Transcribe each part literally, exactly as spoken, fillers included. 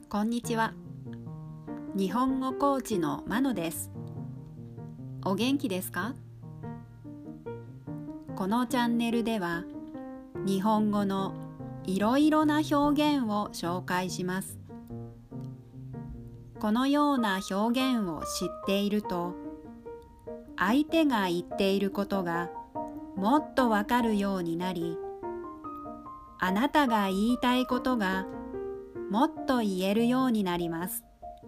こんにちは。日本語コーチのまのです。お元気ですか？このチャンネルでは日本語のいろいろな表現を紹介します。このような表現を知っていると、相手が言っていることがもっとわかるようになり、あなたが言いたいことがもっと言えるようになります。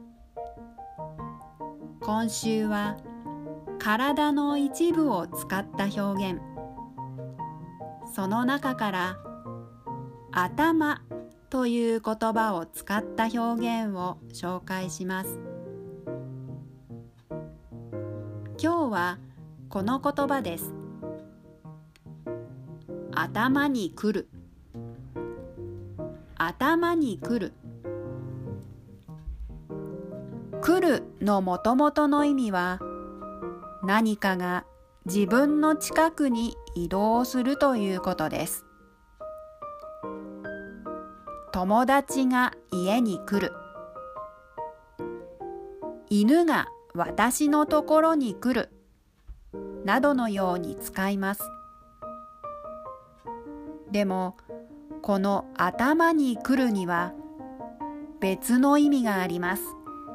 今週は体の一部を使った表現、その中から頭という言葉を使った表現を紹介します。今日はこの言葉です。頭にくる。頭にくる。くるのもともとの意味は、何かが自分の近くに移動するということです。友達が家に来る。犬が私のところに来る。などのように使います。でも、この頭に来るには別の意味があります。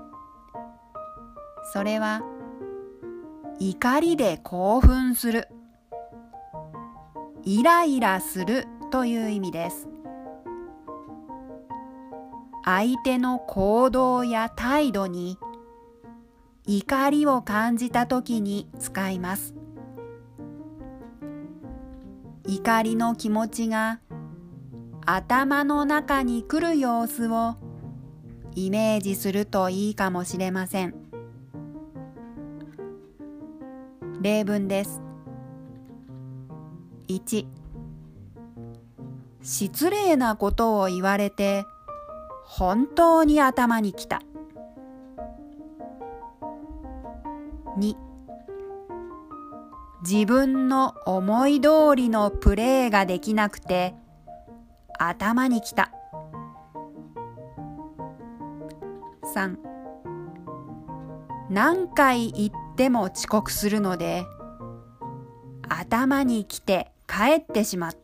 それは怒りで興奮する、イライラするという意味です。相手の行動や態度に怒りを感じたときに使います。怒りの気持ちが頭の中に来る様子をイメージするといいかもしれません。例文です。いち、失礼なことを言われて本当に頭にきた。に、自分の思い通りのプレーができなくて頭にきた。さん、何回言っても遅刻するので頭にきて帰ってしまった。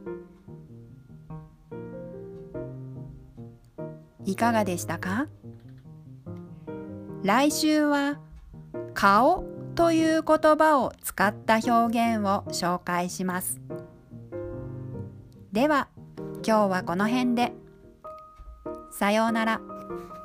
いかがでしたか？来週は顔という言葉を使った表現を紹介します。では今日はこの辺で。さようなら。